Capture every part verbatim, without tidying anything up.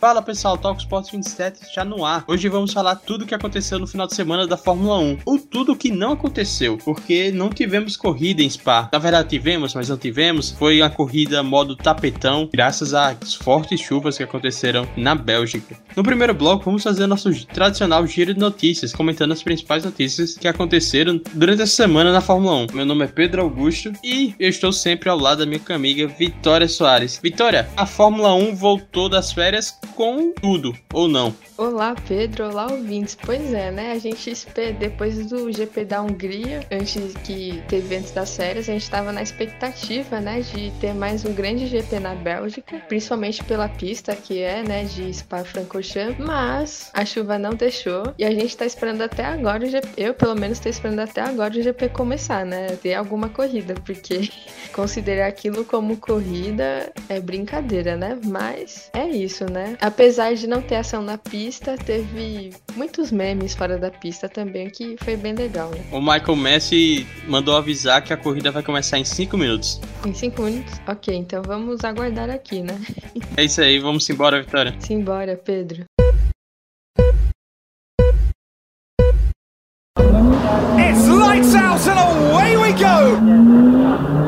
Fala pessoal, Talk Sports vinte e sete já no ar. Hoje vamos falar tudo o que aconteceu no final de semana da Fórmula um. Ou tudo o que não aconteceu, porque não tivemos corrida em Spa. Na verdade tivemos, mas não tivemos. Foi uma corrida modo tapetão, graças às fortes chuvas que aconteceram na Bélgica. No primeiro bloco vamos fazer nosso tradicional giro de notícias, comentando as principais notícias que aconteceram durante essa semana na Fórmula um. Meu nome é Pedro Augusto e eu estou sempre ao lado da minha amiga Vitória Soares. Vitória, a Fórmula um voltou das férias com tudo, ou não? Olá Pedro, olá ouvintes. Pois é, né, a gente depois do G P da Hungria, antes que teve antes das férias, a gente estava na expectativa, né, de ter mais um grande G P na Bélgica, principalmente pela pista que é, né, de Spa-Francorchamps, mas a chuva não deixou e a gente tá esperando até agora o G P, eu pelo menos tô esperando até agora o G P começar, né, ter alguma corrida, porque considerar aquilo como corrida é brincadeira, né, mas é isso, né, apesar de não ter ação na pista, teve muitos memes fora da pista também, que foi bem legal, né? O Michael Messi mandou avisar que a corrida vai começar em cinco minutos. Em cinco minutos? Ok, então vamos aguardar aqui, né? É isso aí, vamos embora, Vitória. Simbora, Pedro. It's lights out and away we go!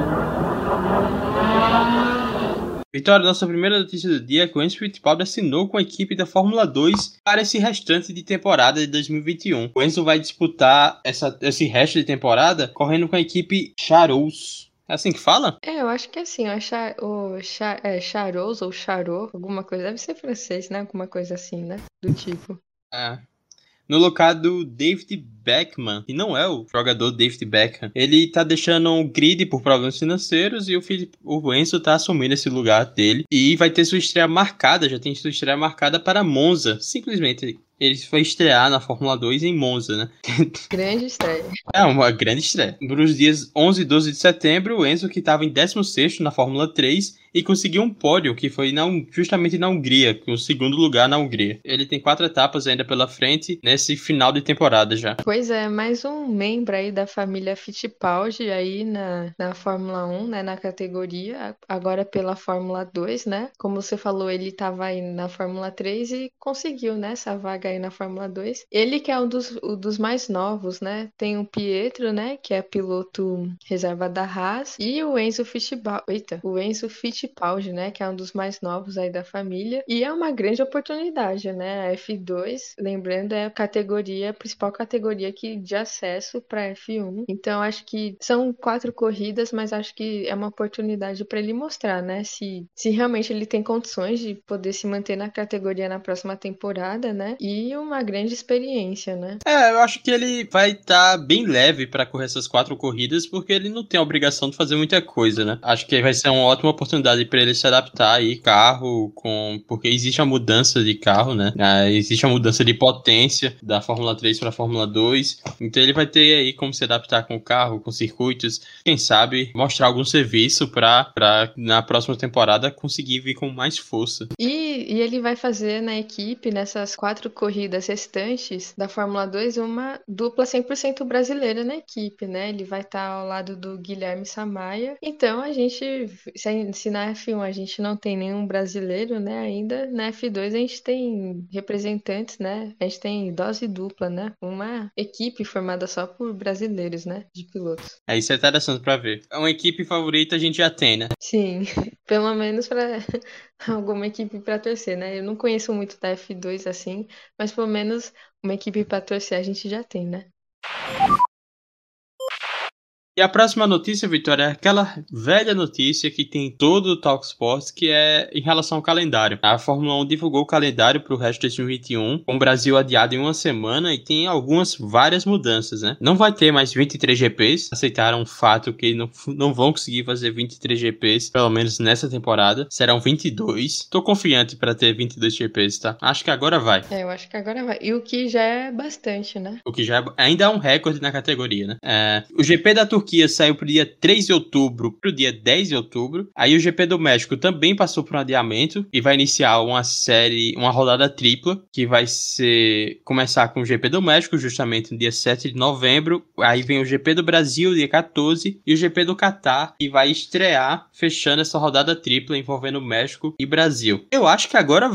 Vitória, nossa primeira notícia do dia é que o Enzo Fittipaldi assinou com a equipe da Fórmula dois para esse restante de temporada de dois mil e vinte e um. O Enzo vai disputar essa, esse resto de temporada correndo com a equipe Charous. É assim que fala? É, eu acho que é assim, o, Char, o Char, é, Charous ou Charot, alguma coisa, deve ser francês, né? Alguma coisa assim, né? Do tipo. É. No lugar do David Beckham, que não é o jogador David Beckham, ele tá deixando um grid por problemas financeiros e o, Filipe, o Enzo tá assumindo esse lugar dele e vai ter sua estreia marcada, já tem sua estreia marcada para Monza, simplesmente. Ele vai estrear na Fórmula dois em Monza, né? Grande estreia. É uma grande estreia. Nos dias onze e doze de setembro, o Enzo, que estava em décimo sexto na Fórmula três, e conseguiu um pódio, que foi na, justamente na Hungria, com o segundo lugar na Hungria. Ele tem quatro etapas ainda pela frente, nesse final de temporada já. Pois é, mais um membro aí da família Fittipaldi aí na, na Fórmula um, né, na categoria, agora pela Fórmula dois, né? Como você falou, ele estava aí na Fórmula três e conseguiu, né, essa vaga aí na Fórmula dois. Ele que é um dos, um dos mais novos, né? Tem o Pietro, né, que é piloto reserva da Haas, e o Enzo Fittipaldi, eita, o Enzo Fittipaldi Fittipaldi, né, que é um dos mais novos aí da família, e é uma grande oportunidade, né, a F dois, lembrando, é a categoria, a principal categoria que, de acesso para F um, então acho que são quatro corridas, mas acho que é uma oportunidade para ele mostrar, né, se, se realmente ele tem condições de poder se manter na categoria na próxima temporada, né, e uma grande experiência, né. É, eu acho que ele vai estar tá bem leve para correr essas quatro corridas, porque ele não tem a obrigação de fazer muita coisa, né, acho que vai ser uma ótima oportunidade para ele se adaptar aí, carro, com porque existe a mudança de carro, né? Ah, existe a mudança de potência da Fórmula três para a Fórmula dois. Então ele vai ter aí como se adaptar com o carro, com circuitos. Quem sabe mostrar algum serviço para na próxima temporada conseguir vir com mais força. E, e ele vai fazer na equipe, nessas quatro corridas restantes da Fórmula dois, uma dupla cem por cento brasileira na equipe, né? Ele vai estar ao lado do Guilherme Samaia. Então a gente, se, se na F um a gente não tem nenhum brasileiro, né, ainda, na F dois a gente tem representantes, né, a gente tem dose dupla, né, uma equipe formada só por brasileiros, né, de pilotos. É, isso é interessante pra ver. Uma equipe favorita a gente já tem, né? Sim, pelo menos pra alguma equipe pra torcer, né, eu não conheço muito da F dois assim, mas pelo menos uma equipe pra torcer a gente já tem, né. E a próxima notícia, Vitória, é aquela velha notícia que tem todo o Talk Sports, que é em relação ao calendário. A Fórmula um divulgou o calendário para o resto de dois mil e vinte e um, com o Brasil adiado em uma semana, e tem algumas, várias mudanças, né? Não vai ter mais vinte e três G Ps, aceitaram o fato que não, não vão conseguir fazer vinte e três G Ps, pelo menos nessa temporada, serão vinte e dois. Tô confiante para ter vinte e dois G Ps, tá? Acho que agora vai. É, eu acho que agora vai. E o que já é bastante, né? O que já é, ainda é um recorde na categoria, né? É, o G P da Turquia saiu pro dia três de outubro pro dia dez de outubro. Aí o G P do México também passou por um adiamento e vai iniciar uma série, uma rodada tripla, que vai ser começar com o G P do México, justamente no dia sete de novembro. Aí vem o G P do Brasil, dia quatorze, e o G P do Catar, que vai estrear fechando essa rodada tripla envolvendo México e Brasil. Eu acho que agora vai.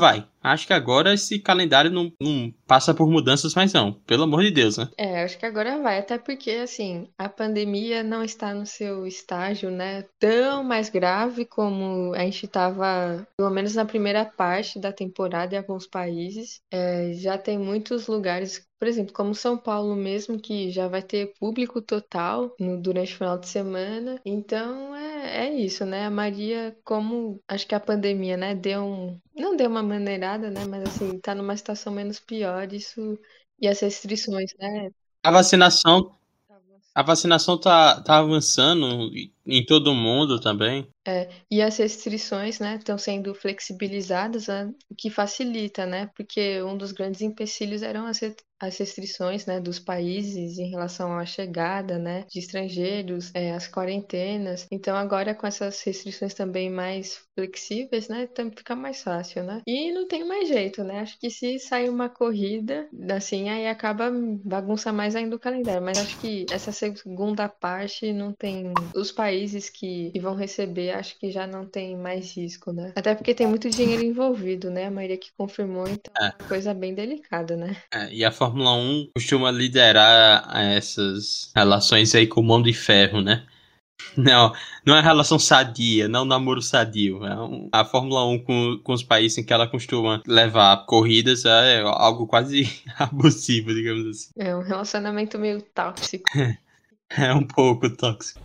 Acho que agora esse calendário não, não passa por mudanças mais não. Pelo amor de Deus, né? É, acho que agora vai, até porque, assim, a pandemia não está no seu estágio, né, tão mais grave como a gente estava, pelo menos na primeira parte da temporada em alguns países. É, já tem muitos lugares, por exemplo, como São Paulo mesmo, que já vai ter público total no, durante o final de semana. Então, é, é isso, né? A Maria, como acho que a pandemia, né, deu um... Não deu uma maneirada, né, mas, assim, tá numa situação menos pior, isso... E as restrições, né? A vacinação, a vacinação tá, tá avançando em todo mundo também. É, e as restrições, né, estão sendo flexibilizadas, né, o que facilita, né, porque um dos grandes empecilhos eram as, re- as restrições, né, dos países em relação à chegada, né, de estrangeiros, é, as quarentenas. Então agora com essas restrições também mais flexíveis, né, também fica mais fácil, né. E não tem mais jeito, né. Acho que se sair uma corrida, assim, aí acaba bagunça mais ainda o calendário. Mas acho que essa segunda parte não tem os países que, que vão receber. Acho que já não tem mais risco, né? Até porque tem muito dinheiro envolvido, né? A maioria que confirmou, então é uma coisa bem delicada, né? É, e a Fórmula um costuma liderar essas relações aí com o mão de ferro, né? Não, não é relação sadia, não namoro sadio. É um- a Fórmula um com, com os países em que ela costuma levar corridas é algo quase abusivo, digamos assim. É um relacionamento meio tóxico. É um pouco tóxico.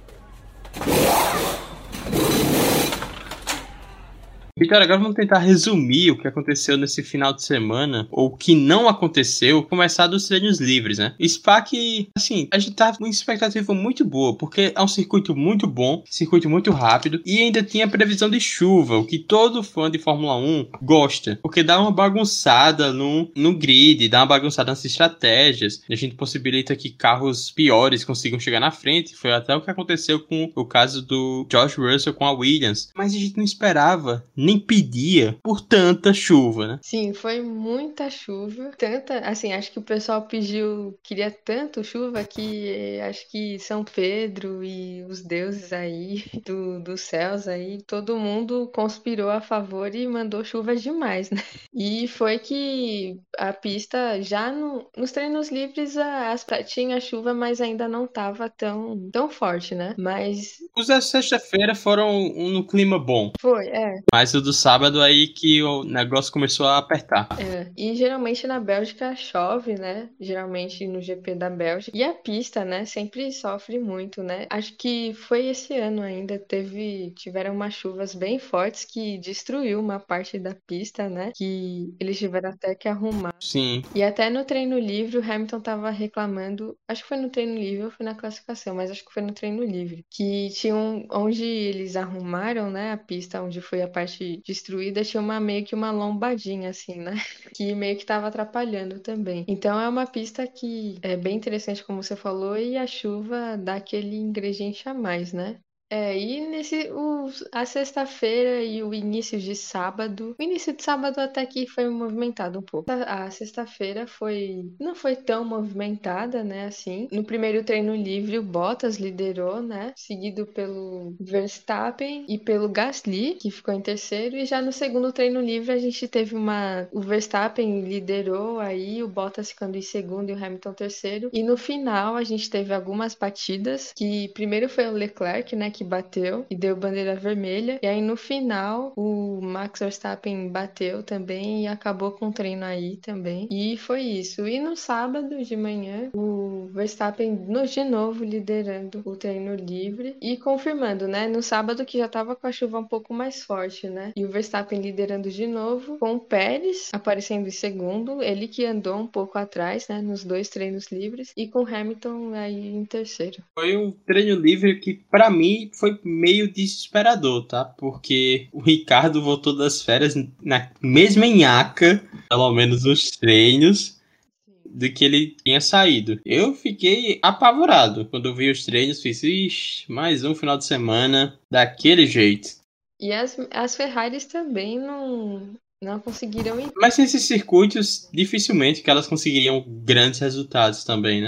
Vitor, agora vamos tentar resumir o que aconteceu nesse final de semana, ou o que não aconteceu, começar dos treinos livres, né? Spa que, assim, a gente tava com uma expectativa muito boa, porque é um circuito muito bom, circuito muito rápido, e ainda tinha previsão de chuva, o que todo fã de Fórmula um gosta, porque dá uma bagunçada no, no grid, dá uma bagunçada nas estratégias, a gente possibilita que carros piores consigam chegar na frente, foi até o que aconteceu com o caso do George Russell com a Williams, mas a gente não esperava, nem pedia por tanta chuva, né? Sim, foi muita chuva. Tanta, assim, acho que o pessoal pediu, queria tanto chuva que eh, acho que São Pedro e os deuses aí do, dos céus aí, todo mundo conspirou a favor e mandou chuva demais, né? E foi que a pista já no, nos treinos livres a, as, tinha chuva, mas ainda não tava tão, tão forte, né? Mas Os da sexta-feira foram no clima bom, foi, é. mas o do sábado aí que o negócio começou a apertar. É, e geralmente na Bélgica chove, né? Geralmente no G P da Bélgica. E a pista, né? Sempre sofre muito, né? Acho que foi esse ano ainda, teve, tiveram umas chuvas bem fortes que destruiu uma parte da pista, né? Que eles tiveram até que arrumar. Sim. E até no treino livre o Hamilton tava reclamando, acho que foi no treino livre ou foi na classificação, mas acho que foi no treino livre, que tinha um, onde eles arrumaram, né, a pista onde foi a parte destruída, tinha uma meio que uma lombadinha assim, né, que meio que tava atrapalhando também. Então é uma pista que é bem interessante, como você falou, e a chuva dá aquele ingrediente a mais, né? É, e nesse, o, a sexta-feira e o início de sábado, o início de sábado até que foi movimentado um pouco. A, a sexta-feira foi, não foi tão movimentada, né, assim. No primeiro treino livre, o Bottas liderou, né, seguido pelo Verstappen e pelo Gasly, que ficou em terceiro. E já no segundo treino livre, a gente teve uma, o Verstappen liderou aí, o Bottas ficando em segundo e o Hamilton terceiro. E no final, a gente teve algumas batidas, que primeiro foi o Leclerc, né, que bateu e deu bandeira vermelha. E aí no final o Max Verstappen bateu também e acabou com o treino aí também. E foi isso. E no sábado de manhã o Verstappen no, de novo liderando o treino livre e confirmando, né? No sábado que já tava com a chuva um pouco mais forte, né? E o Verstappen liderando de novo com o Pérez aparecendo em segundo, ele que andou um pouco atrás, né? Nos dois treinos livres e com Hamilton aí em terceiro. Foi um treino livre que, pra mim, foi meio desesperador, tá? Porque o Ricardo voltou das férias na mesma nhaca, pelo menos nos treinos, do que ele tinha saído. Eu fiquei apavorado quando eu vi os treinos, fiz, ixi, mais um final de semana daquele jeito. E as, as Ferraris também não, não conseguiram ir. Mas nesses circuitos, dificilmente que elas conseguiriam grandes resultados também, né?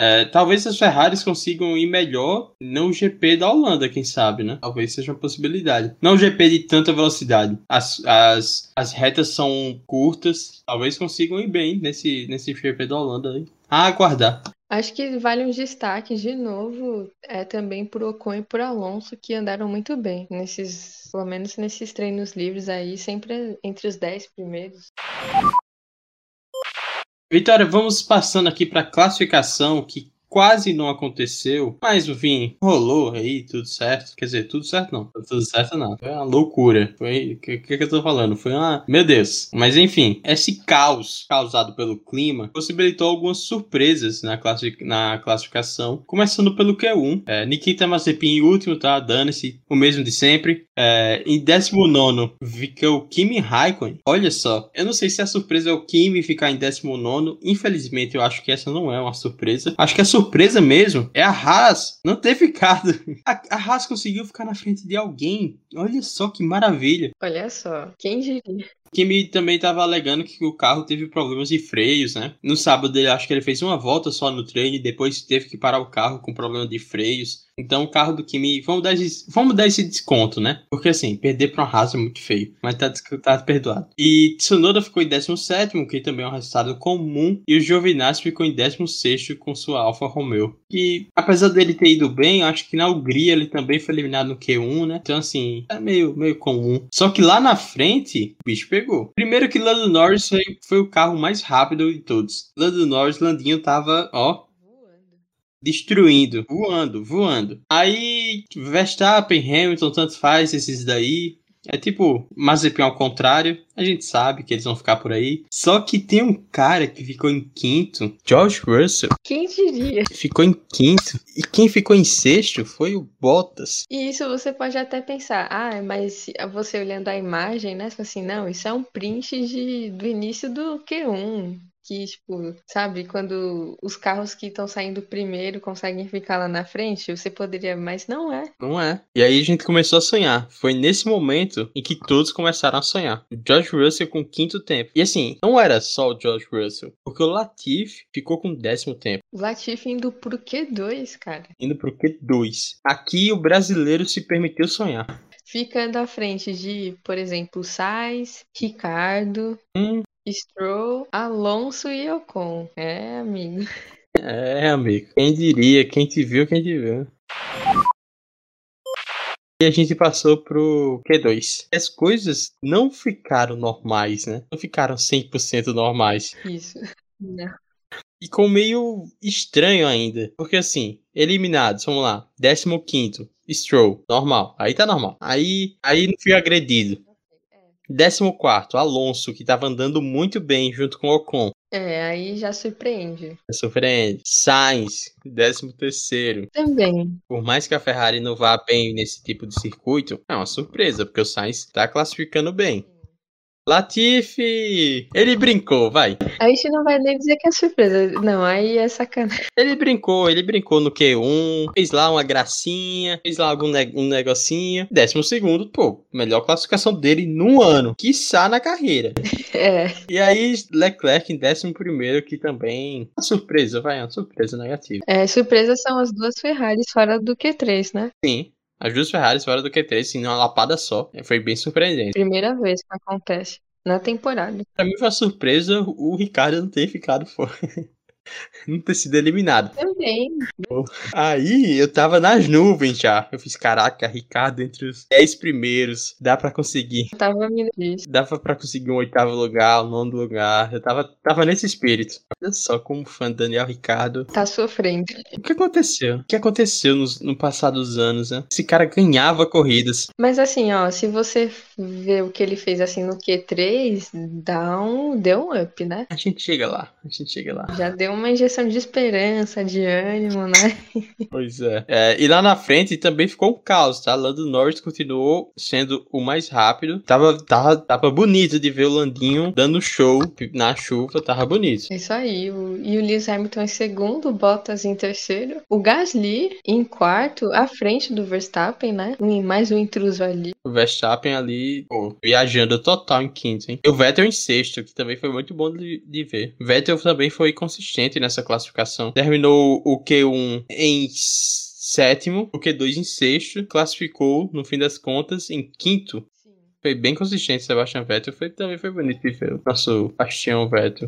É, talvez as Ferraris consigam ir melhor no G P da Holanda, quem sabe, né? Talvez seja uma possibilidade. Não G P de tanta velocidade. As, as, as retas são curtas. Talvez consigam ir bem nesse, nesse G P da Holanda aí. A aguardar. Acho que vale um destaque de novo é também por Ocon e por Alonso, que andaram muito bem nesses, pelo menos nesses treinos livres aí, sempre entre os dez primeiros. Vitória, vamos passando aqui para a classificação, que quase não aconteceu, mas enfim, rolou aí, tudo certo. Quer dizer, tudo certo não. Tudo certo não. Foi uma loucura. Foi. O que, que, que eu tô falando? Foi uma. Meu Deus. Mas enfim, esse caos causado pelo clima possibilitou algumas surpresas na, classi... na classificação. Começando pelo Q um. É, Nikita Mazepin em último, tá? Dane-se. O mesmo de sempre. É, em décimo nono ficou o Kimi Raikkonen. Olha só, eu não sei se a surpresa é o Kimi ficar em décimo nono. Infelizmente, eu acho que essa não é uma surpresa. Acho que a surpresa mesmo é a Haas não ter ficado. A, a Haas conseguiu ficar na frente de alguém. Olha só que maravilha. Olha só, quem diria? Kimi também estava alegando que o carro teve problemas de freios, né? No sábado, ele acho que ele fez uma volta só no treino e depois teve que parar o carro com problema de freios. Então, o carro do Kimi... Vamos dar esse, vamos dar esse desconto, né? Porque, assim, perder para uma Haas é muito feio. Mas tá, tá perdoado. E Tsunoda ficou em décimo sétimo, que também é um resultado comum. E o Giovinazzi ficou em décimo sexto com sua Alfa Romeo. E, apesar dele ter ido bem, acho que na Hungria ele também foi eliminado no Q um, né? Então, assim, é meio, meio comum. Só que lá na frente, o bicho pegou. Primeiro que Lando Norris foi, foi o carro mais rápido de todos. Lando Norris, Landinho tava, ó... destruindo, voando, voando. Aí, Verstappen, Hamilton, tanto faz esses daí. É tipo Mazepin ao contrário. A gente sabe que eles vão ficar por aí. Só que tem um cara que ficou em quinto, George Russell. Quem diria? Ficou em quinto. E quem ficou em sexto foi o Bottas. E isso você pode até pensar, ah, mas você olhando a imagem, né? Você fala assim, não, isso é um print de, do início do Q um. Que, tipo, sabe, quando os carros que estão saindo primeiro conseguem ficar lá na frente, você poderia, mas não é. Não é. E aí a gente começou a sonhar. Foi nesse momento em que todos começaram a sonhar. O George Russell com quinto tempo. E assim, não era só o George Russell, porque o Latifi ficou com décimo tempo. O Latifi indo pro Q dois, cara. Indo pro Q dois. Aqui o brasileiro se permitiu sonhar. Ficando à frente de, por exemplo, Sainz, Ricardo... Hum. Stroll, Alonso e Ocon. É, amigo. É, amigo. Quem diria? Quem te viu, quem te viu. E a gente passou pro Q dois. As coisas não ficaram normais, né? Não ficaram cem por cento normais. Isso. Não. Ficou meio estranho ainda. Porque assim, eliminados, vamos lá. décimo quinto, Stroll, normal. Aí tá normal. Aí, aí não fui agredido. décimo quarto, Alonso, que tava andando muito bem junto com o Ocon. É, aí já surpreende. Surpreende. Sainz, décimo terceiro. Também. Por mais que a Ferrari não vá bem nesse tipo de circuito, é uma surpresa, porque o Sainz tá classificando bem. Latifi, ele brincou, vai. A gente não vai nem dizer que é surpresa. Não, aí é sacanagem. Ele brincou, ele brincou no Q um, fez lá uma gracinha, fez lá algum ne- um negocinho. Décimo segundo, pô, melhor classificação dele no ano, quiçá na carreira. É. E aí, Leclerc em décimo primeiro, que também uma surpresa, vai, uma surpresa negativa. É, surpresa são as duas Ferraris fora do Q três, né? Sim. As duas Ferraris fora do Q três, sim, numa lapada só. Foi bem surpreendente. Primeira vez que acontece na temporada. Pra mim foi uma surpresa o Ricardo não ter ficado fora. Não ter sido eliminado. Também. Aí eu tava nas nuvens já. Eu fiz, caraca, Ricardo entre os dez primeiros. Dá pra conseguir. Eu tava me disso. Dava pra conseguir um oitavo lugar, um nono lugar. Eu tava, tava nesse espírito. Olha só como fã do Daniel Ricciardo. Tá sofrendo. O que aconteceu? O que aconteceu nos, no passado dos anos, né? Esse cara ganhava corridas. Mas assim, ó, se você ver o que ele fez assim no Q três, dá um, deu um up, né? A gente chega lá. A gente chega lá. Já deu uma injeção de esperança, de ânimo, né? Pois é. é. E lá na frente também ficou um caos, tá? Lando Norris continuou sendo o mais rápido. Tava, tava, tava bonito de ver o Landinho dando show na chuva. Tava bonito. É isso aí. O, e o Lewis Hamilton em segundo, o Bottas em terceiro. O Gasly em quarto, à frente do Verstappen, né? Um- Mais um intruso ali. O Verstappen ali, pô, viajando total em quinto, hein? E o Vettel em sexto, que também foi muito bom de, de ver. O Vettel também foi consistente nessa classificação. Terminou o Q um em sétimo, o Q dois em sexto, classificou, no fim das contas, em quinto. Sim. Foi bem consistente, Sebastian Vettel. Foi, também foi bonito de ver o nosso bastião Vettel.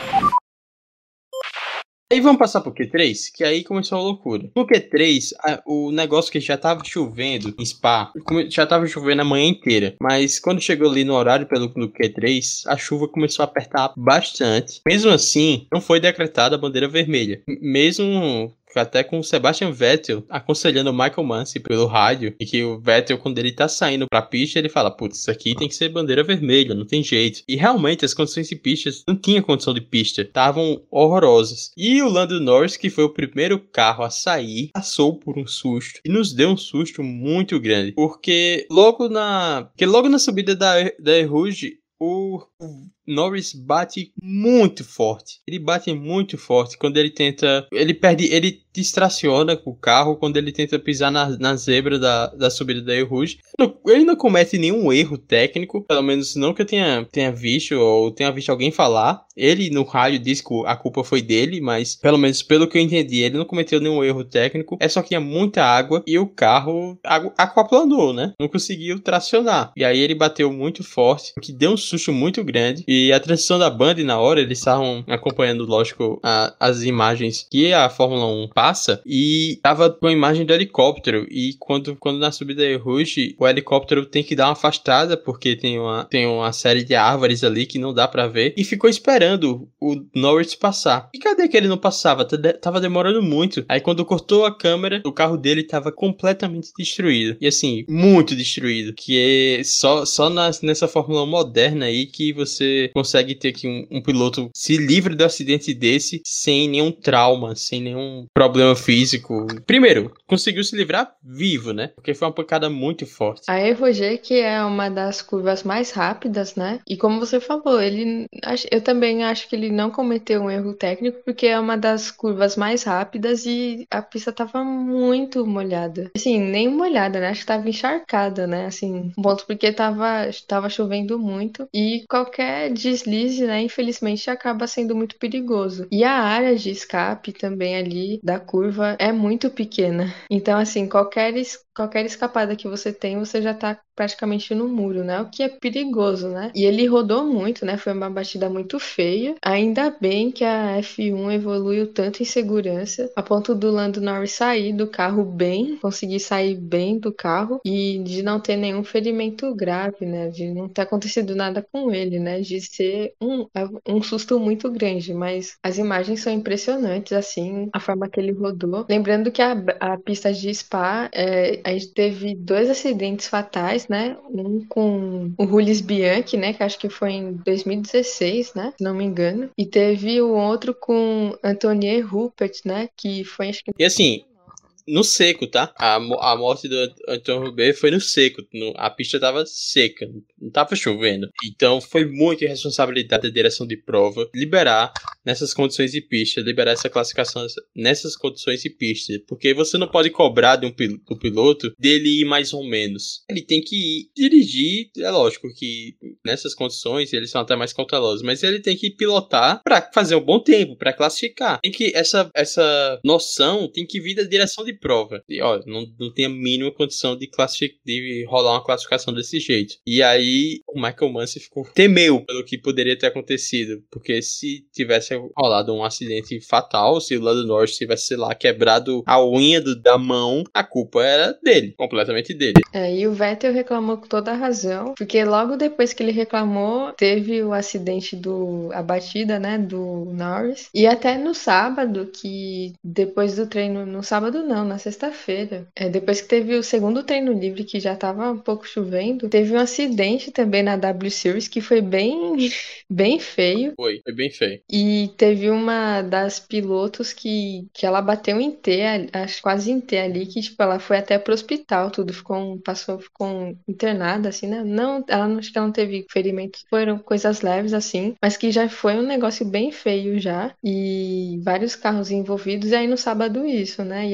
Aí vamos passar pro Q três, que aí começou a loucura. No Q três, a, o negócio que já tava chovendo em Spa, já tava chovendo a manhã inteira. Mas quando chegou ali no horário pelo no Q três, a chuva começou a apertar bastante. Mesmo assim, não foi decretada a bandeira vermelha. Mesmo até com o Sebastian Vettel aconselhando o Michael Mansell pelo rádio, e que o Vettel, quando ele tá saindo pra pista, ele fala, putz, isso aqui tem que ser bandeira vermelha, não tem jeito. E realmente as condições de pistas não tinha condição de pista, estavam horrorosas. E o Lando Norris, que foi o primeiro carro a sair, passou por um susto, e nos deu um susto muito grande, porque logo na, porque logo na subida da, da Rouge, o Norris bate muito forte. Ele bate muito forte quando ele tenta... Ele perde... Ele distraciona o carro quando ele tenta pisar na, na zebra da, da subida da Rouge. Ele não comete nenhum erro técnico. Pelo menos não que eu tenha, tenha visto ou tenha visto alguém falar. Ele no rádio disse que a culpa foi dele, mas pelo menos pelo que eu entendi, ele não cometeu nenhum erro técnico. É só que tinha muita água e o carro aquaplanou, né? Não conseguiu tracionar. E aí ele bateu muito forte, o que deu um susto muito grande. E a transição da Band, na hora, eles estavam acompanhando, lógico, a, as imagens que a Fórmula um passa, e tava com a imagem do helicóptero, e quando, quando na subida da Rouge, o helicóptero tem que dar uma afastada, porque tem uma, tem uma série de árvores ali que não dá pra ver, e ficou esperando o Norris passar. E cadê que ele não passava? Tava demorando muito. Aí quando cortou a câmera, o carro dele tava completamente destruído. E assim, muito destruído. Que é só, só nas, nessa Fórmula um moderna aí que você consegue ter que um, um piloto se livre do acidente desse sem nenhum trauma, sem nenhum problema físico. Primeiro, conseguiu se livrar vivo, né? Porque foi uma pancada muito forte. A E Roger, que é uma das curvas mais rápidas, né? E como você falou, ele, eu também acho que ele não cometeu um erro técnico, porque é uma das curvas mais rápidas e a pista tava muito molhada. Assim, nem molhada, né? Acho que tava encharcada, né? Assim, ponto porque tava, tava chovendo muito e qualquer deslize, né? Infelizmente acaba sendo muito perigoso. E a área de escape também ali da curva é muito pequena. Então, assim, qualquer, es- qualquer escapada que você tem, você já tá praticamente no muro, né? O que é perigoso, né? E ele rodou muito, né? Foi uma batida muito feia. Ainda bem que a F um evoluiu tanto em segurança, a ponto do Lando Norris sair do carro bem, conseguir sair bem do carro e de não ter nenhum ferimento grave, né? De não ter acontecido nada com ele, né? De ser um, um susto muito grande, mas as imagens são impressionantes, assim, a forma que ele rodou. Lembrando que a, a pista de Spa, é, a gente teve dois acidentes fatais, né? Um com o Jules Bianchi, né? Que acho que foi em dois mil e dezesseis, né? Se não me engano. E teve o outro com Anthony Rupert, né? Que foi, acho que... E assim, no seco, tá? A, mo- a morte do Antônio Rubens foi no seco. No- a pista tava seca, não tava chovendo. Então foi muita irresponsabilidade da direção de prova liberar nessas condições de pista, liberar essa classificação nessas condições de pista. Porque você não pode cobrar de um pil- do piloto dele ir mais ou menos. Ele tem que ir dirigir. É lógico que nessas condições eles são até mais cautelosos, mas ele tem que pilotar pra fazer um bom tempo, pra classificar. Tem que essa, essa noção tem que vir da direção de prova. E, ó, não, não tem a mínima condição de, classific... de rolar uma classificação desse jeito. E aí o Michael Mansell ficou temeu pelo que poderia ter acontecido, porque se tivesse rolado um acidente fatal, se o Lando Norris tivesse, sei lá, quebrado a unha do, da mão, a culpa era dele, completamente dele. É, e o Vettel reclamou com toda a razão, porque logo depois que ele reclamou, teve o acidente do... a batida, né, do Norris. E até no sábado, que depois do treino... No sábado não, na sexta-feira. É, depois que teve o segundo treino livre, que já tava um pouco chovendo, teve um acidente também na W Series, que foi bem, bem feio. Foi, foi bem feio. E teve uma das pilotos que, que ela bateu em T, acho quase em T ali, que tipo, ela foi até pro hospital, tudo ficou, um- passou, ficou um- internada, assim, né? Não, ela não, acho que ela não teve ferimentos, foram coisas leves, assim, mas que já foi um negócio bem feio já, e vários carros envolvidos, e aí no sábado isso, né? E a F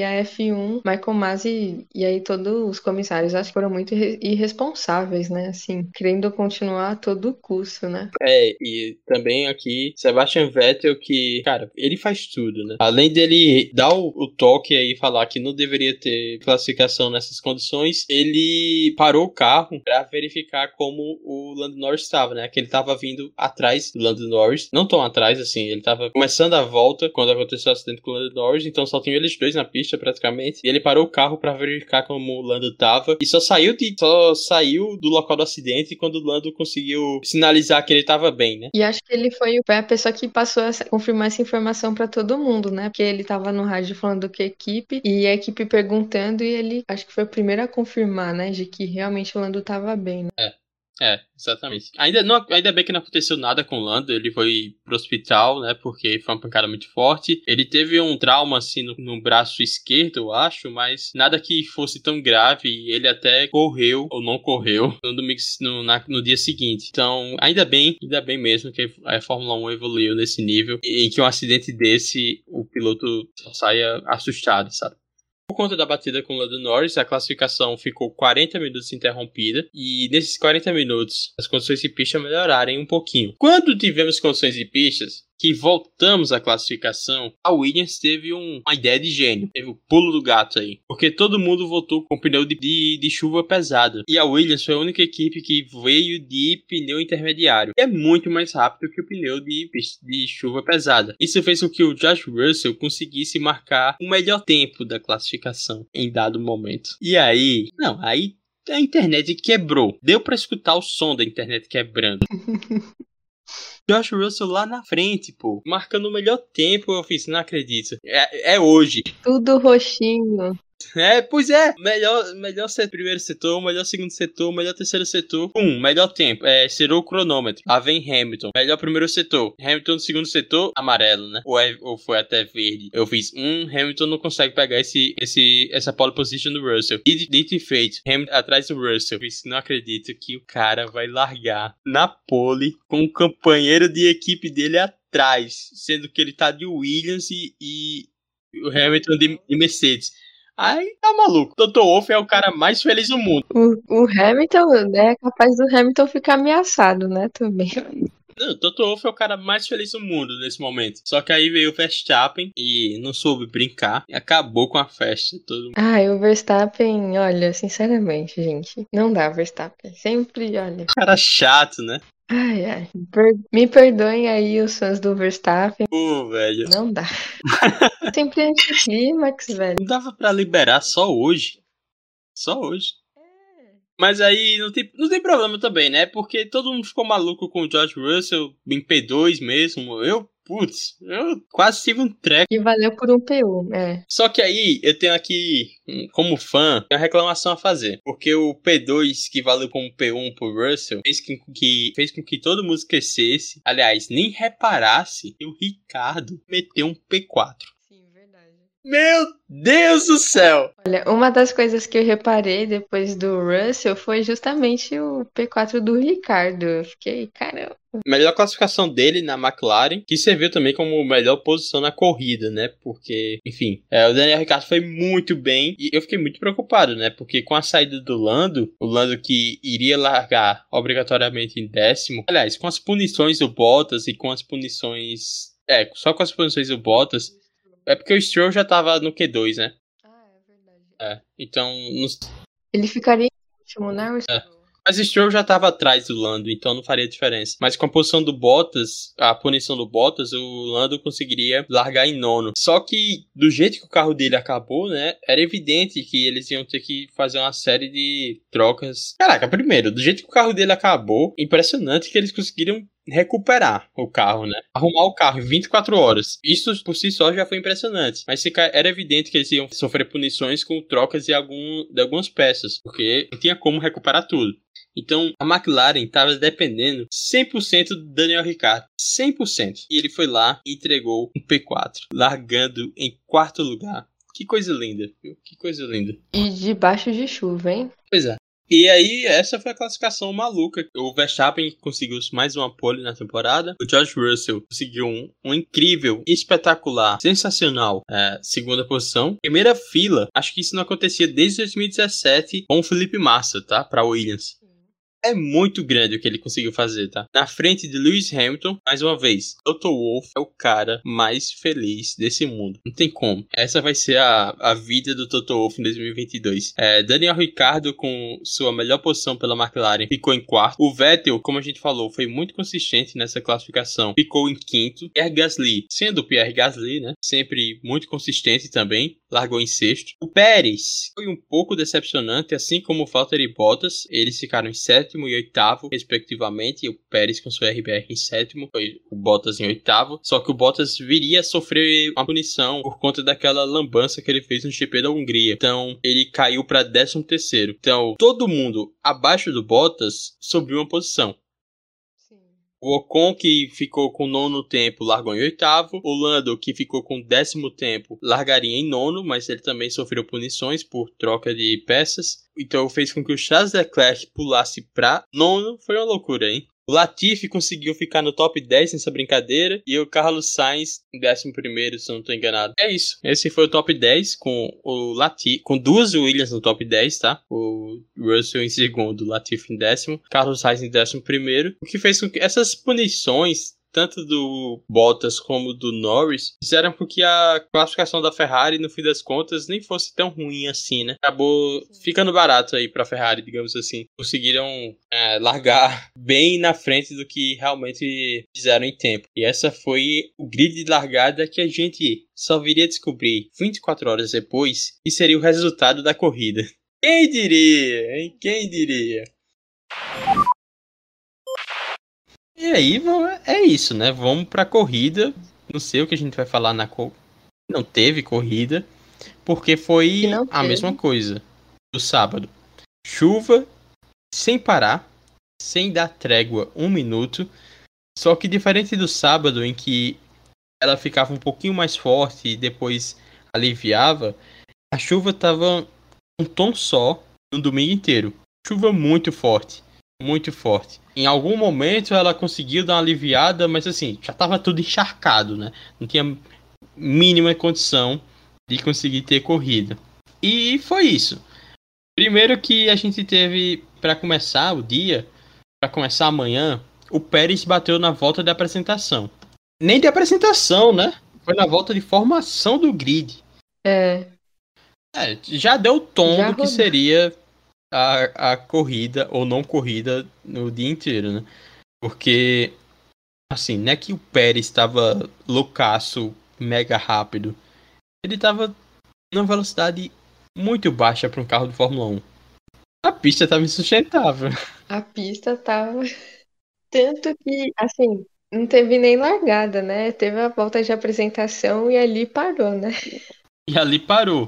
F um, Michael Masi e aí todos os comissários, acho que foram muito irre- irresponsáveis, né? Assim, querendo continuar a todo custo, né? É, e também aqui, Sebastian Vettel, que, cara, ele faz tudo, né? Além dele dar o, o toque aí e falar que não deveria ter classificação nessas condições, ele parou o carro pra verificar como o Lando Norris estava, né? Que ele tava vindo atrás do Lando Norris, não tão atrás, assim, ele tava começando a volta quando aconteceu o acidente com o Lando Norris, então só tinham eles dois na pista, praticamente, e ele parou o carro pra verificar como o Lando tava, e só saiu, de, só saiu do local do acidente quando o Lando conseguiu sinalizar que ele tava bem, né? E acho que ele foi foi a pessoa que passou a confirmar essa informação pra todo mundo, né? Porque ele tava no rádio falando com a equipe e a equipe perguntando e ele acho que foi o primeiro a confirmar, né? De que realmente o Lando tava bem, né? É. É, exatamente. Ainda, não, ainda bem que não aconteceu nada com o Lando, ele foi pro hospital, né, porque foi uma pancada muito forte. Ele teve um trauma, assim, no, no braço esquerdo, eu acho, mas nada que fosse tão grave, e ele até correu, ou não correu, no, domingo, no, na, no dia seguinte. Então, ainda bem, ainda bem mesmo que a Fórmula um evoluiu nesse nível, e que um acidente desse, o piloto só saia assustado, sabe? Por conta da batida com o Lando Norris, a classificação ficou quarenta minutos interrompida e nesses quarenta minutos as condições de pista melhoraram um pouquinho. Quando tivemos condições de pistas, que voltamos à classificação, a Williams teve um, uma ideia de gênio, teve o pulo do gato aí, porque todo mundo voltou com pneu de, de, de chuva pesada e a Williams foi a única equipe que veio de pneu intermediário, que é muito mais rápido que o pneu de, de chuva pesada. Isso fez com que o George Russell conseguisse marcar o melhor tempo da classificação em dado momento. E aí, não, aí a internet quebrou, deu pra escutar o som da internet quebrando. Josh Russell lá na frente, pô, marcando o melhor tempo. Eu fiz, não acredito. É, é hoje. Tudo roxinho. É, pois é. Melhor, melhor set, primeiro setor, melhor segundo setor, melhor terceiro setor. Um, melhor tempo. É, zerou o cronômetro. Lá vem Hamilton. Melhor primeiro setor. Hamilton no segundo setor, amarelo, né? Ou, é, ou foi até verde. Eu fiz, um, Hamilton não consegue pegar esse, esse, essa pole position do Russell. E dito e feito, Hamilton atrás do Russell. Eu fiz, não acredito que o cara vai largar na pole com o companheiro de equipe dele atrás. Sendo que ele tá de Williams e, e o Hamilton de, de Mercedes. Aí tá maluco. doutor Wolff é o cara mais feliz do mundo. O, o Hamilton, né? É capaz do Hamilton ficar ameaçado, né? Também. Não, o doutor Wolff é o cara mais feliz do mundo nesse momento. Só que aí veio o Verstappen e não soube brincar e acabou com a festa. Todo mundo. Ah, o Verstappen, olha, sinceramente, gente, não dá, Verstappen. Sempre, olha. Cara chato, né? Ai, ai. Per- me perdoem aí os fãs do Verstappen. Pô, velho. Não dá. Sempre anticlímax, velho. Não dava pra liberar só hoje. Só hoje. Mas aí não tem, não tem problema também, né? Porque todo mundo ficou maluco com o George Russell em P dois mesmo. Eu, putz, eu quase tive um treco. E valeu por um P um, é. Só que aí eu tenho aqui, como fã, uma reclamação a fazer. Porque o P dois, que valeu como P um pro Russell, fez com que, fez com que todo mundo esquecesse. Aliás, nem reparasse que o Ricardo meteu um P quatro. Meu Deus do céu! Olha, uma das coisas que eu reparei depois do Russell foi justamente o P quatro do Ricardo. Eu fiquei, caramba. Melhor classificação dele na McLaren, que serviu também como melhor posição na corrida, né? Porque, enfim, é, o Daniel Ricciardo foi muito bem e eu fiquei muito preocupado, né? Porque com a saída do Lando, o Lando que iria largar obrigatoriamente em décimo, aliás, com as punições do Bottas e com as punições... É, só com as punições do Bottas... É porque o Stroll já tava no Q dois, né? Ah, é verdade. É, então... No... Ele ficaria em último, né? O É. Mas o Stroll já tava atrás do Lando, então não faria diferença. Mas com a posição do Bottas, a punição do Bottas, o Lando conseguiria largar em nono. Só que, do jeito que o carro dele acabou, né? Era evidente que eles iam ter que fazer uma série de trocas. Caraca, primeiro, do jeito que o carro dele acabou, impressionante que eles conseguiram recuperar o carro, né? Arrumar o carro em vinte e quatro horas. Isso por si só já foi impressionante. Mas era evidente que eles iam sofrer punições com trocas de, algum, de algumas peças, porque não tinha como recuperar tudo. Então, a McLaren estava dependendo cem por cento do Daniel Ricciardo. cem por cento. E ele foi lá e entregou um P quatro, largando em quarto lugar. Que coisa linda, viu? Que coisa linda. E debaixo de chuva, hein? Pois é. E aí, essa foi a classificação maluca. O Verstappen conseguiu mais uma pole na temporada. O George Russell conseguiu um, um incrível, espetacular, sensacional é, segunda posição. Primeira fila, acho que isso não acontecia desde dois mil e dezessete com o Felipe Massa, tá? Pra Williams. É muito grande o que ele conseguiu fazer, tá? Na frente de Lewis Hamilton, mais uma vez, Toto Wolff é o cara mais feliz desse mundo. Não tem como. Essa vai ser a, a vida do Toto Wolff em dois mil e vinte e dois. É, Daniel Ricciardo, com sua melhor posição pela McLaren, ficou em quarto. O Vettel, como a gente falou, foi muito consistente nessa classificação. Ficou em quinto. Pierre Gasly, sendo o Pierre Gasly, né? Sempre muito consistente também. Largou em sexto. O Pérez foi um pouco decepcionante, assim como o Valtteri Bottas. Eles ficaram em sétimo e oitavo, respectivamente, e o Pérez com sua R B R em sétimo, foi o Bottas em oitavo, só que o Bottas viria a sofrer uma punição por conta daquela lambança que ele fez no G P da Hungria, então ele caiu para décimo terceiro, então todo mundo abaixo do Bottas subiu uma posição. O Ocon, que ficou com nono tempo, largou em oitavo. O Lando, que ficou com décimo tempo, largaria em nono, mas ele também sofreu punições por troca de peças. Então fez com que o Charles Leclerc pulasse para nono. Foi uma loucura, hein? O Latifi conseguiu ficar no top dez nessa brincadeira. E o Carlos Sainz em décimo primeiro, se eu não estou enganado. É isso. Esse foi o top dez com o Latifi, com duas Williams no top dez, tá? O Russell em segundo, o Latifi em décimo. Carlos Sainz em décimo primeiro. O que fez com que essas punições, tanto do Bottas como do Norris, fizeram com que a classificação da Ferrari, no fim das contas, nem fosse tão ruim assim, né? Acabou ficando barato aí pra Ferrari, digamos assim. Conseguiram é, largar bem na frente do que realmente fizeram em tempo. E essa foi o grid de largada que a gente só viria descobrir vinte e quatro horas depois, e seria o resultado da corrida. Quem diria, hein? Quem diria? E aí, é isso, né? Vamos pra corrida. Não sei o que a gente vai falar na corrida. Não teve corrida, porque foi a mesma coisa do sábado. Chuva, sem parar, sem dar trégua um minuto. Só que diferente do sábado, em que ela ficava um pouquinho mais forte e depois aliviava, a chuva tava um tom só no domingo inteiro. Chuva muito forte. Muito forte. Em algum momento ela conseguiu dar uma aliviada, mas assim, já tava tudo encharcado, né? Não tinha mínima condição de conseguir ter corrida. E foi isso. Primeiro que a gente teve, para começar o dia, para começar amanhã, o Pérez bateu na volta de apresentação. Nem de apresentação, né? Foi na volta de formação do grid. É. É, já deu o tom Já do que rodou. seria A, a corrida ou não corrida no dia inteiro, né? Porque, assim, não é que o Pérez estava loucaço, mega rápido. Ele estava numa velocidade muito baixa para um carro de Fórmula um. A pista estava insustentável. A pista tava. Tanto que, assim, não teve nem largada, né? Teve a volta de apresentação e ali parou, né? E ali parou.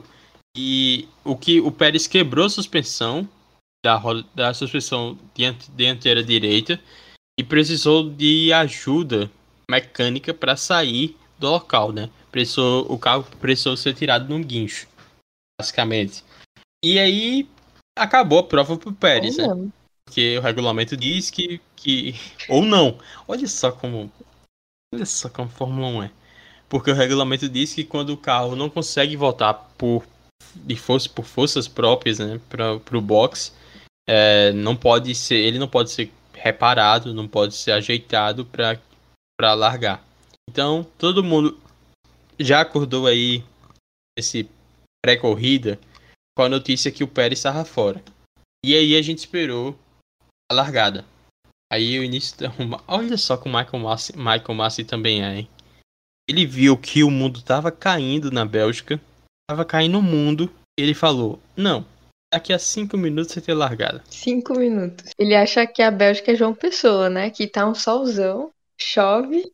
E o que o Pérez quebrou a suspensão da, roda, da suspensão diante, dianteira direita e precisou de ajuda mecânica para sair do local, né? Precisou, o carro precisou ser tirado num guincho, basicamente. E aí acabou a prova pro Pérez, né? Não. Porque o regulamento diz que, que... Ou não. Olha só como... Olha só como a Fórmula um é. Porque o regulamento diz que quando o carro não consegue voltar por, de força, por forças próprias, né, para o box, é, não pode ser, ele não pode ser reparado, não pode ser ajeitado para para largar. Então, todo mundo já acordou aí esse pré-corrida com a notícia que o Pérez estava fora. E aí a gente esperou a largada. Aí o início da... Olha só como o Michael Masi, Michael Masi também é, hein? Ele viu que o mundo tava caindo na Bélgica, tava caindo o mundo, e ele falou, não, daqui a cinco minutos você tem largada. Cinco minutos. Ele acha que a Bélgica é João Pessoa, né? Que tá um solzão, chove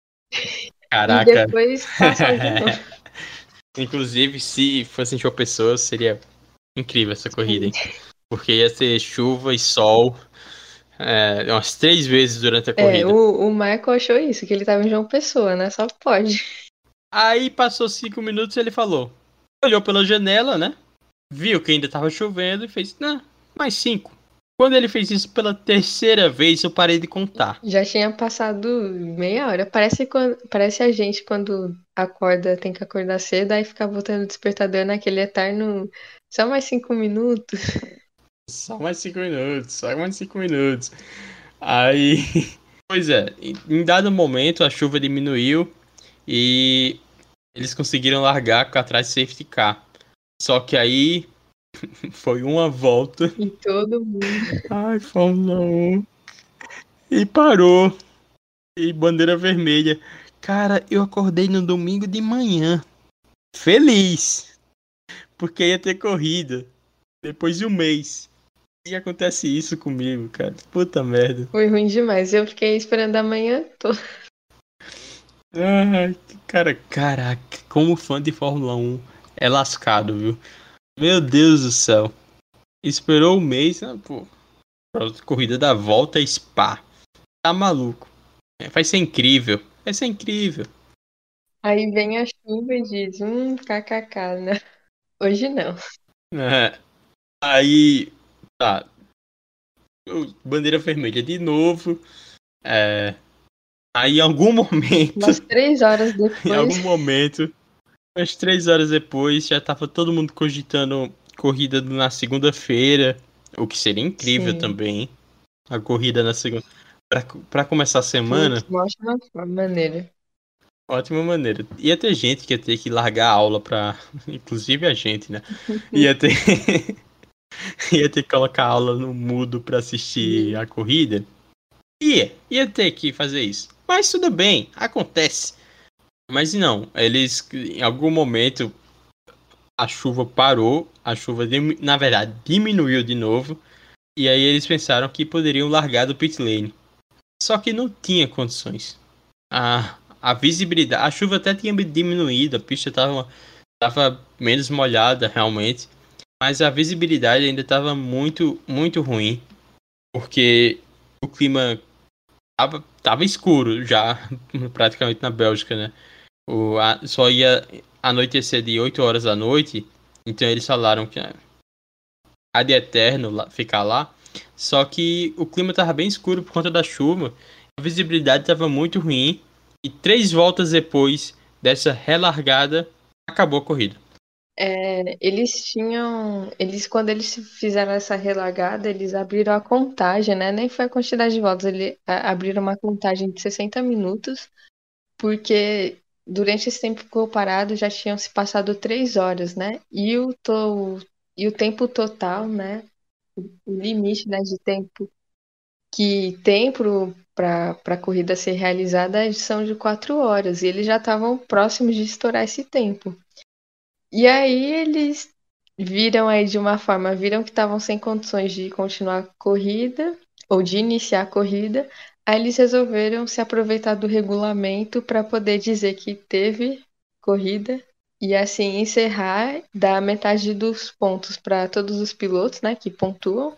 Caraca. e depois tá sol de novo. Inclusive, se fosse João Pessoa, seria incrível essa corrida, hein? Porque ia ser chuva e sol é, umas três vezes durante a corrida. É, o, o Michael achou isso, que ele tava em João Pessoa, né? Só pode. Aí passou cinco minutos e ele falou. Olhou pela janela, né? Viu que ainda tava chovendo e fez, não, mais cinco. Quando ele fez isso pela terceira vez, eu parei de contar. Já tinha passado meia hora. Parece, quando, parece a gente quando acorda, tem que acordar cedo, aí fica botando o despertador naquele eterno. Só mais cinco minutos. Só mais cinco minutos, só mais cinco minutos. Aí. Pois é, em dado momento a chuva diminuiu e eles conseguiram largar com atrás de safety car. Só que aí foi uma volta. E todo mundo. Ai, Fórmula um. E parou. E bandeira vermelha. Cara, eu acordei no domingo de manhã. Feliz. Porque ia ter corrida. Depois de um mês. E acontece isso comigo, cara. Puta merda. Foi ruim demais. Eu fiquei esperando amanhã toda. Ai, cara, caraca. Como fã de Fórmula um é lascado, viu? Meu Deus do céu. Esperou um mês, né, pô. Pra corrida da volta a Spa. Tá maluco. É, vai ser incrível. Vai ser incrível. Aí vem a chuva e diz: Hum, kkk, né? Hoje não. É. Aí. Tá. Bandeira vermelha de novo. É. Aí em algum momento. Umas três horas Em depois. algum momento. Umas três horas depois. Já tava todo mundo cogitando corrida na segunda-feira. O que seria incrível Sim. também. A corrida na segunda. Pra, pra começar a semana. Putz, uma ótima maneira. Ótima maneira. Ia ter gente que ia ter que largar a aula pra. Inclusive a gente, né? Ia ter. Ia ter que colocar a aula no mudo pra assistir a corrida. Ia, ia ter que fazer isso. Mas tudo bem, acontece. Mas não, eles em algum momento a chuva parou, a chuva na verdade diminuiu de novo. E aí eles pensaram que poderiam largar do pit lane. Só que não tinha condições. A, a visibilidade, a chuva até tinha diminuído, a pista estava tava menos molhada realmente. Mas a visibilidade ainda estava muito, muito ruim. Porque o clima tava, tava escuro já, praticamente na Bélgica, né? O, a, só ia anoitecer de oito horas da noite. Então eles falaram que há de eterno lá, ficar lá. Só que o clima tava bem escuro por conta da chuva. A visibilidade estava muito ruim. E três voltas depois dessa relargada, acabou a corrida. É, eles tinham. Eles, quando eles fizeram essa relagada, eles abriram a contagem, né? Nem foi a quantidade de voltas, eles abriram uma contagem de sessenta minutos, porque durante esse tempo que ficou parado já tinham se passado três horas, né? E o, to, e o tempo total, né? O limite, né, de tempo que tem para a corrida ser realizada são de quatro horas. E eles já estavam próximos de estourar esse tempo. E aí eles viram aí de uma forma, viram que estavam sem condições de continuar a corrida ou de iniciar a corrida, aí eles resolveram se aproveitar do regulamento para poder dizer que teve corrida e assim encerrar, dar metade dos pontos para todos os pilotos, né, que pontuam.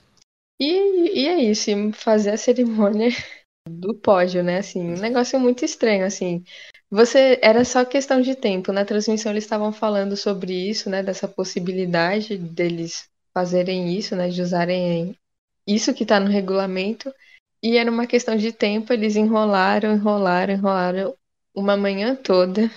E, e é isso, e fazer a cerimônia do pódio, né? Assim, um negócio muito estranho, assim. Você era só questão de tempo. Na transmissão eles estavam falando sobre isso, né? Dessa possibilidade deles fazerem isso, né? De usarem isso que tá no regulamento. E era uma questão de tempo. Eles enrolaram, enrolaram, enrolaram uma manhã toda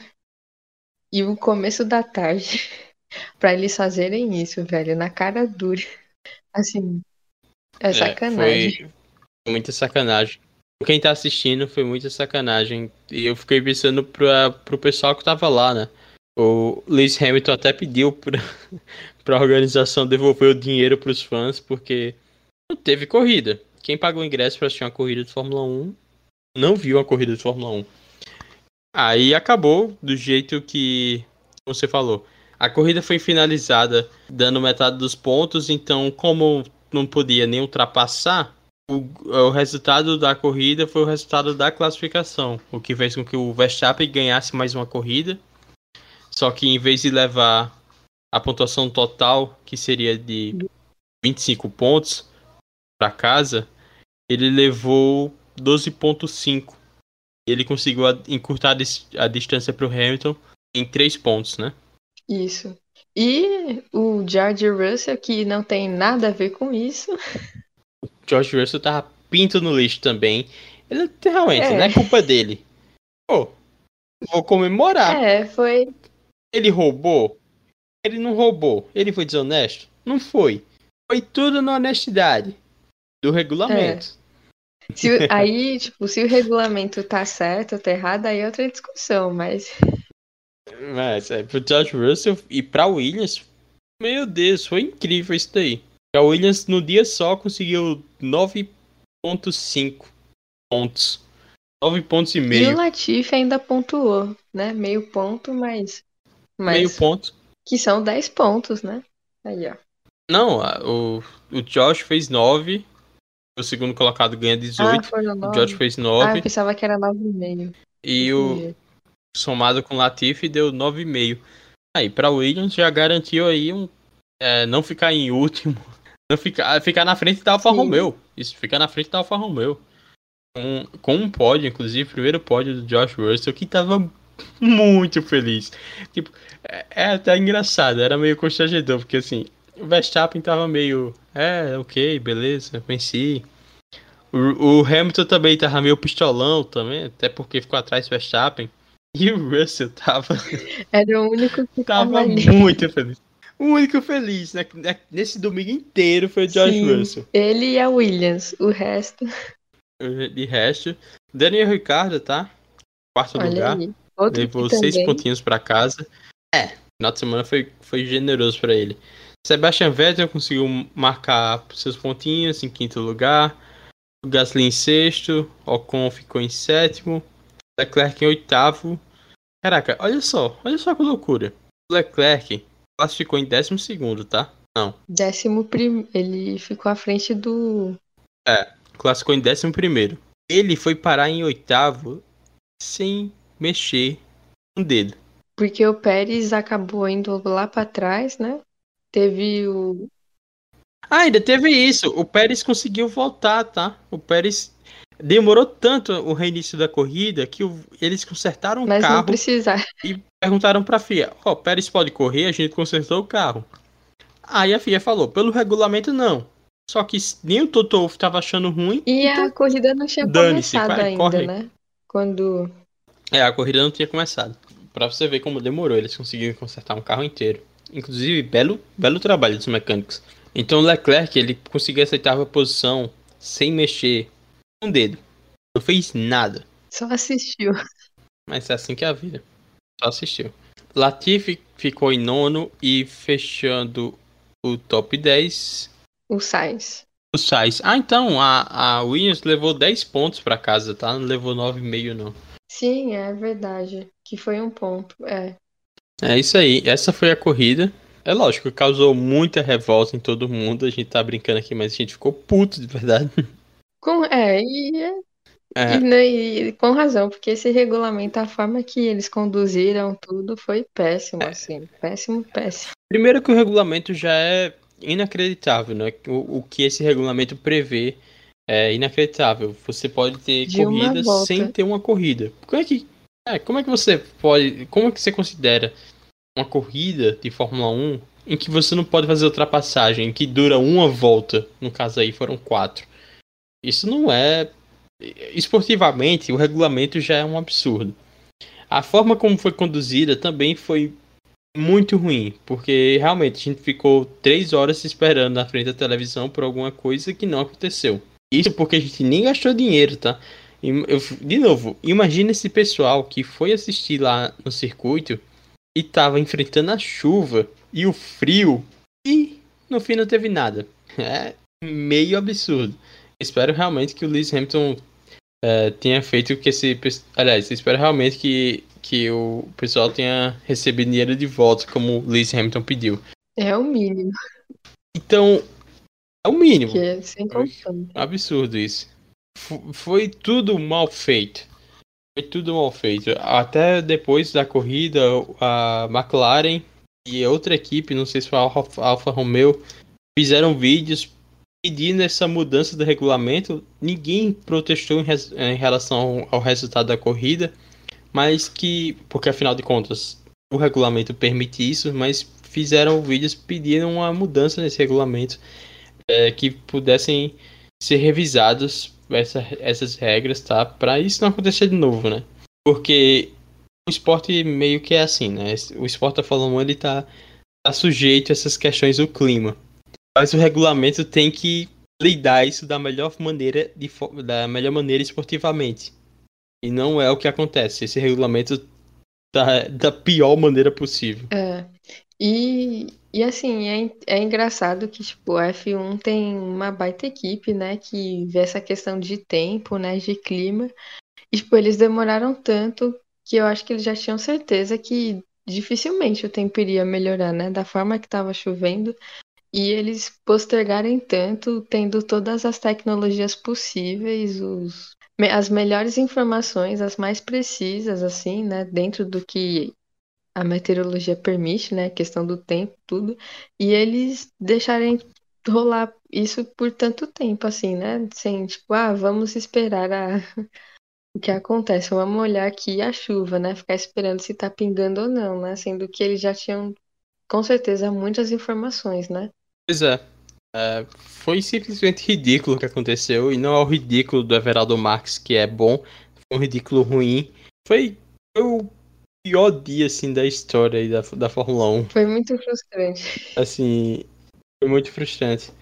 e o começo da tarde para eles fazerem isso, velho, na cara dura. Assim, é É, sacanagem. foi muita sacanagem. Quem tá assistindo foi muita sacanagem. E eu fiquei pensando pra, pro pessoal que tava lá, né? O Lewis Hamilton até pediu pra, pra organização devolver o dinheiro pros fãs, porque não teve corrida. Quem pagou o ingresso pra assistir uma corrida de Fórmula um não viu a corrida de Fórmula um. Aí acabou do jeito que você falou. A corrida foi finalizada dando metade dos pontos, então como não podia nem ultrapassar, o, o resultado da corrida foi o resultado da classificação, o que fez com que o Verstappen ganhasse mais uma corrida. Só que em vez de levar a pontuação total, que seria de vinte e cinco pontos para casa, ele levou doze vírgula cinco. Ele conseguiu encurtar a distância para o Hamilton em três pontos, né? Isso. E o George Russell, que não tem nada a ver com isso, George Russell tava pinto no lixo também. Ele realmente, É. não é culpa dele. Pô, vou comemorar. É, foi. Ele roubou? Ele não roubou. Ele foi desonesto? Não foi. Foi tudo na honestidade do regulamento. Se, o- aí, tipo, se o regulamento tá certo ou tá errado, aí é outra discussão, mas. Mas é, pro George Russell e pra Williams, meu Deus, foi incrível isso daí. A Williams no dia só conseguiu nove ponto cinco pontos. nove pontos e E o meio. Latifi ainda pontuou, né? Meio ponto, mas. Meio Mas. ponto. Que são dez pontos, né? Aí, ó. Não, a- o, o Josh fez nove. O segundo colocado ganha Ah, dezoito. foram O Josh nove. fez Ah, eu nove. pensava que era nove e meio. E o somado com o Latifi deu nove e meio. Aí, pra Williams já garantiu aí um. É, não ficar em último. Não ficar, ficar na frente da Alfa Sim. Romeo. Isso, ficar na frente da Alfa Romeo. Com, com um pódio, inclusive, primeiro pódio do Josh Russell, que tava muito feliz. Tipo, é, é até engraçado, era meio constrangedor, porque assim, o Verstappen tava meio. É, ok, beleza, venci. O, o Hamilton também tava meio pistolão também, até porque ficou atrás do Verstappen. E o Russell tava, Era o único que tava tava ali. muito feliz. O único feliz, né? Nesse domingo inteiro foi o George Sim, Russell. ele e a Williams. O resto, De resto, Daniel Ricciardo, tá? Quarto olha lugar. aí. Outro que Levou seis também. pontinhos pra casa. É, final de semana foi, foi generoso pra ele. Sebastian Vettel conseguiu marcar seus pontinhos em quinto lugar. O Gasly em sexto. Ocon ficou em sétimo. Leclerc em oitavo. Caraca, olha só. Olha só que loucura. O Leclerc classificou em décimo segundo, tá? Não. Décimo primeiro. Ele ficou à frente do. É, classificou em décimo primeiro. Ele foi parar em oitavo sem mexer um dedo. Porque o Pérez acabou indo lá pra trás, né? Teve o. Ah, ainda teve isso. O Pérez conseguiu voltar, tá? O Pérez demorou tanto o reinício da corrida que o- eles consertaram o Mas não carro precisar. e perguntaram pra F I A: Ó, o Pérez pode correr? A gente consertou o carro. Aí a F I A falou: pelo regulamento, não. Só que nem o Toto Wolff tava achando ruim, E a então corrida não tinha dane-se, começado vai, ainda, corre. né? Quando. É, a corrida não tinha começado. Pra você ver como demorou, eles conseguiram consertar um carro inteiro. Inclusive, belo, belo trabalho dos mecânicos. Então o Leclerc, ele conseguiu aceitar a posição sem mexer um dedo. Não fez nada. Só assistiu. Mas é assim que é a vida. Só assistiu. Latifi ficou em nono e fechando o top dez. O Sainz. O Sainz. Ah, então, a, a Williams levou dez pontos pra casa, tá? Não levou nove e meio não. Sim, é verdade. Que foi um ponto. É. É isso aí, essa foi a corrida. É lógico, causou muita revolta em todo mundo. A gente tá brincando aqui, mas a gente ficou puto de verdade. Com, é, e, É, e, né, e com razão, porque esse regulamento, a forma que eles conduziram tudo foi péssimo, assim. Péssimo, péssimo. primeiro que o regulamento já é inacreditável, né? O, o que esse regulamento prevê é inacreditável. Você pode ter De uma corrida volta. sem ter uma corrida. Como é que, é, como é que você pode, como é que você considera uma corrida de Fórmula um em que você não pode fazer ultrapassagem, que dura uma volta? No caso aí foram quatro. Isso não é esportivamente, o regulamento já é um absurdo. A forma como foi conduzida também foi muito ruim, porque realmente a gente ficou três horas esperando na frente da televisão por alguma coisa que não aconteceu. Isso porque a gente nem gastou dinheiro, tá? E eu, de novo, imagina esse pessoal que foi assistir lá no circuito e tava enfrentando a chuva e o frio e no fim não teve nada. É meio absurdo. Espero realmente que o Lewis Hamilton uh, tenha feito que esse... Aliás, espero realmente que, que o pessoal tenha recebido dinheiro de volta, como o Lewis Hamilton pediu. É o mínimo, Então, é o mínimo. que é sem condição. Absurdo isso. F- foi tudo mal feito. Foi tudo mal feito. Até depois da corrida, a McLaren e outra equipe, não sei se foi a Alfa, Alfa Romeo, fizeram vídeos pedindo essa mudança do regulamento. Ninguém protestou em, res, em relação ao, ao resultado da corrida, mas que, porque afinal de contas, o regulamento permite isso, mas fizeram vídeos pedindo uma mudança nesse regulamento, é, que pudessem ser revisados essa, essas regras, tá? Pra isso não acontecer de novo, né? Porque o esporte meio que é assim, né? O esporte da Fórmula um, ele tá, tá sujeito a essas questões do clima. Mas o regulamento tem que lidar isso da melhor maneira, de, da melhor maneira esportivamente. E não é o que acontece. Esse regulamento tá da pior maneira possível. É. E, e assim, é, é engraçado que, tipo, a F um tem uma baita equipe, né, que vê essa questão de tempo, né, de clima. E, tipo, eles demoraram tanto que eu acho que eles já tinham certeza que dificilmente o tempo iria melhorar, né, da forma que estava chovendo. E eles postergarem tanto, tendo todas as tecnologias possíveis, os, me- as melhores informações, as mais precisas, assim, né, dentro do que a meteorologia permite, né? Questão do tempo, tudo. E eles deixarem rolar isso por tanto tempo, assim, né? Sem, tipo, ah, vamos esperar a... o que acontece, vamos olhar aqui a chuva, né? Ficar esperando se tá pingando ou não, né? Sendo que eles já tinham, com certeza, muitas informações, né? Pois é. É, foi simplesmente ridículo o que aconteceu. E não é o ridículo do Everaldo Marques, que é bom. Foi um ridículo ruim. Foi, foi o pior dia, assim, da história aí da, da Fórmula um. Foi muito frustrante. Assim, foi muito frustrante.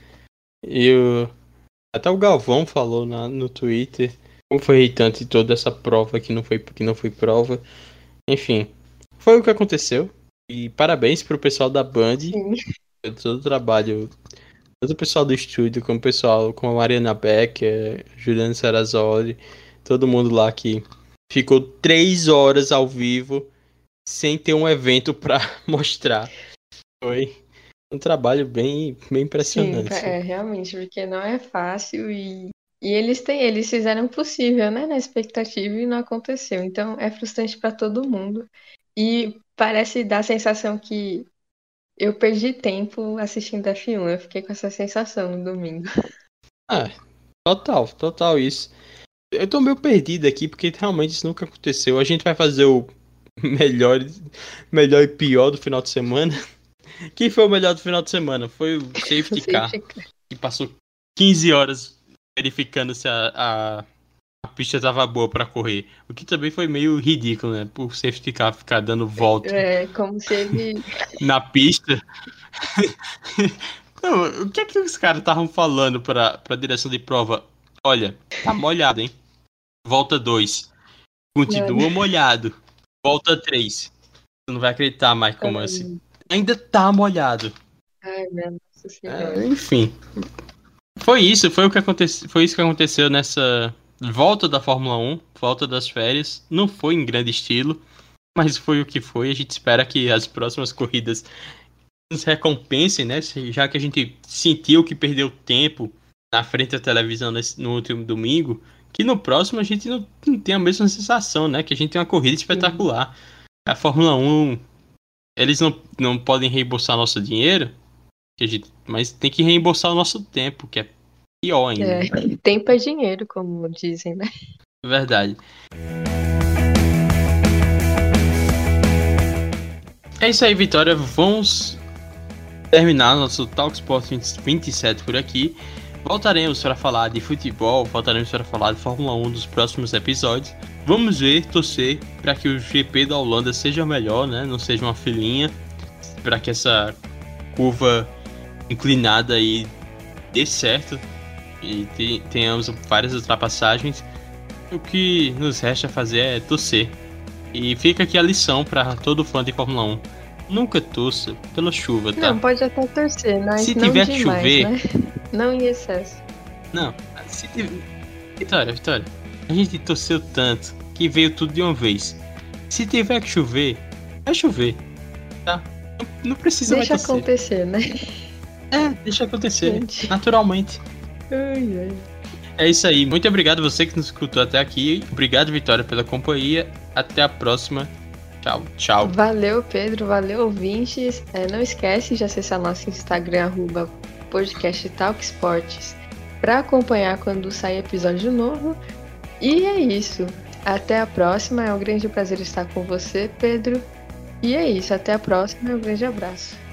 E o, até o Galvão falou na, no Twitter como foi irritante toda essa prova que não foi, que não foi prova. Enfim, foi o que aconteceu. E parabéns pro pessoal da Band. Sim. Todo o trabalho, tanto o pessoal do estúdio, como o pessoal, como a Mariana Becker, Juliana Serrazoli, todo mundo lá que ficou três horas ao vivo sem ter um evento pra mostrar. Foi um trabalho bem, bem Sim, impressionante. é, realmente, porque não é fácil e, e eles têm, eles fizeram o possível, né, na expectativa e não aconteceu. Então é frustrante para todo mundo. E parece dar a sensação que eu perdi tempo assistindo F um. Eu fiquei com essa sensação no domingo. Ah, total, total isso. Eu tô meio perdido aqui porque realmente isso nunca aconteceu. A gente vai fazer o melhor, melhor e pior do final de semana. Quem foi o melhor do final de semana? Foi o Safety Car, que passou quinze horas verificando se a, a, a pista tava boa pra correr. O que também foi meio ridículo, né? Por Safety Car ficar dando volta É, como se ele. na pista. Não, o que é que os caras estavam falando pra, pra direção de prova? Olha, tá molhado, hein? Volta dois. Continua Não. molhado. Volta três. Você não vai acreditar, Michael Ai, Massey. Ainda tá molhado. ai, minha nossa senhora. É, enfim. Foi isso, foi o que aconteceu, foi isso que aconteceu nessa volta da Fórmula um, volta das férias. Não foi em grande estilo, mas foi o que foi. A gente espera que as próximas corridas nos recompensem, né? Já que a gente sentiu que perdeu tempo na frente da televisão nesse, no último domingo, que no próximo a gente não, não tem a mesma sensação, né? Que a gente tem uma corrida espetacular. A Fórmula um, eles não, não podem reembolsar nosso dinheiro, que a gente, mas tem que reembolsar o nosso tempo, que é pior ainda. É, tempo é dinheiro, como dizem, né? Verdade. É isso aí, Vitória. Vamos terminar nosso Talk Sport vinte e sete por aqui. Voltaremos para falar de futebol, voltaremos para falar de Fórmula um nos próximos episódios. Vamos ver, torcer para que o G P da Holanda seja melhor, né? Não seja uma filinha, para que essa curva inclinada aí dê certo e te, tenhamos várias ultrapassagens. O que nos resta fazer é torcer. E fica aqui a lição para todo fã de Fórmula um. Nunca torça pela chuva, tá? Não, pode até torcer, mas se não tiver que demais, chover, né? Não em excesso. Não, se tiver... Vitória, Vitória, a gente torceu tanto que veio tudo de uma vez. Se tiver que chover, vai chover, tá? Não, não precisa Deixa mais torcer. acontecer, né? É, deixa acontecer, Gente. naturalmente. Ai, ai. É isso aí, muito obrigado você que nos escutou até aqui. Obrigado, Vitória, pela companhia. Até a próxima. Tchau, tchau. Valeu, Pedro. Valeu, ouvintes. É, não esquece de acessar nosso Instagram, arroba podcast Talk Sports, para acompanhar quando sair episódio novo. E é isso. Até a próxima. É um grande prazer estar com você, Pedro. E é isso. Até a próxima. Um grande abraço.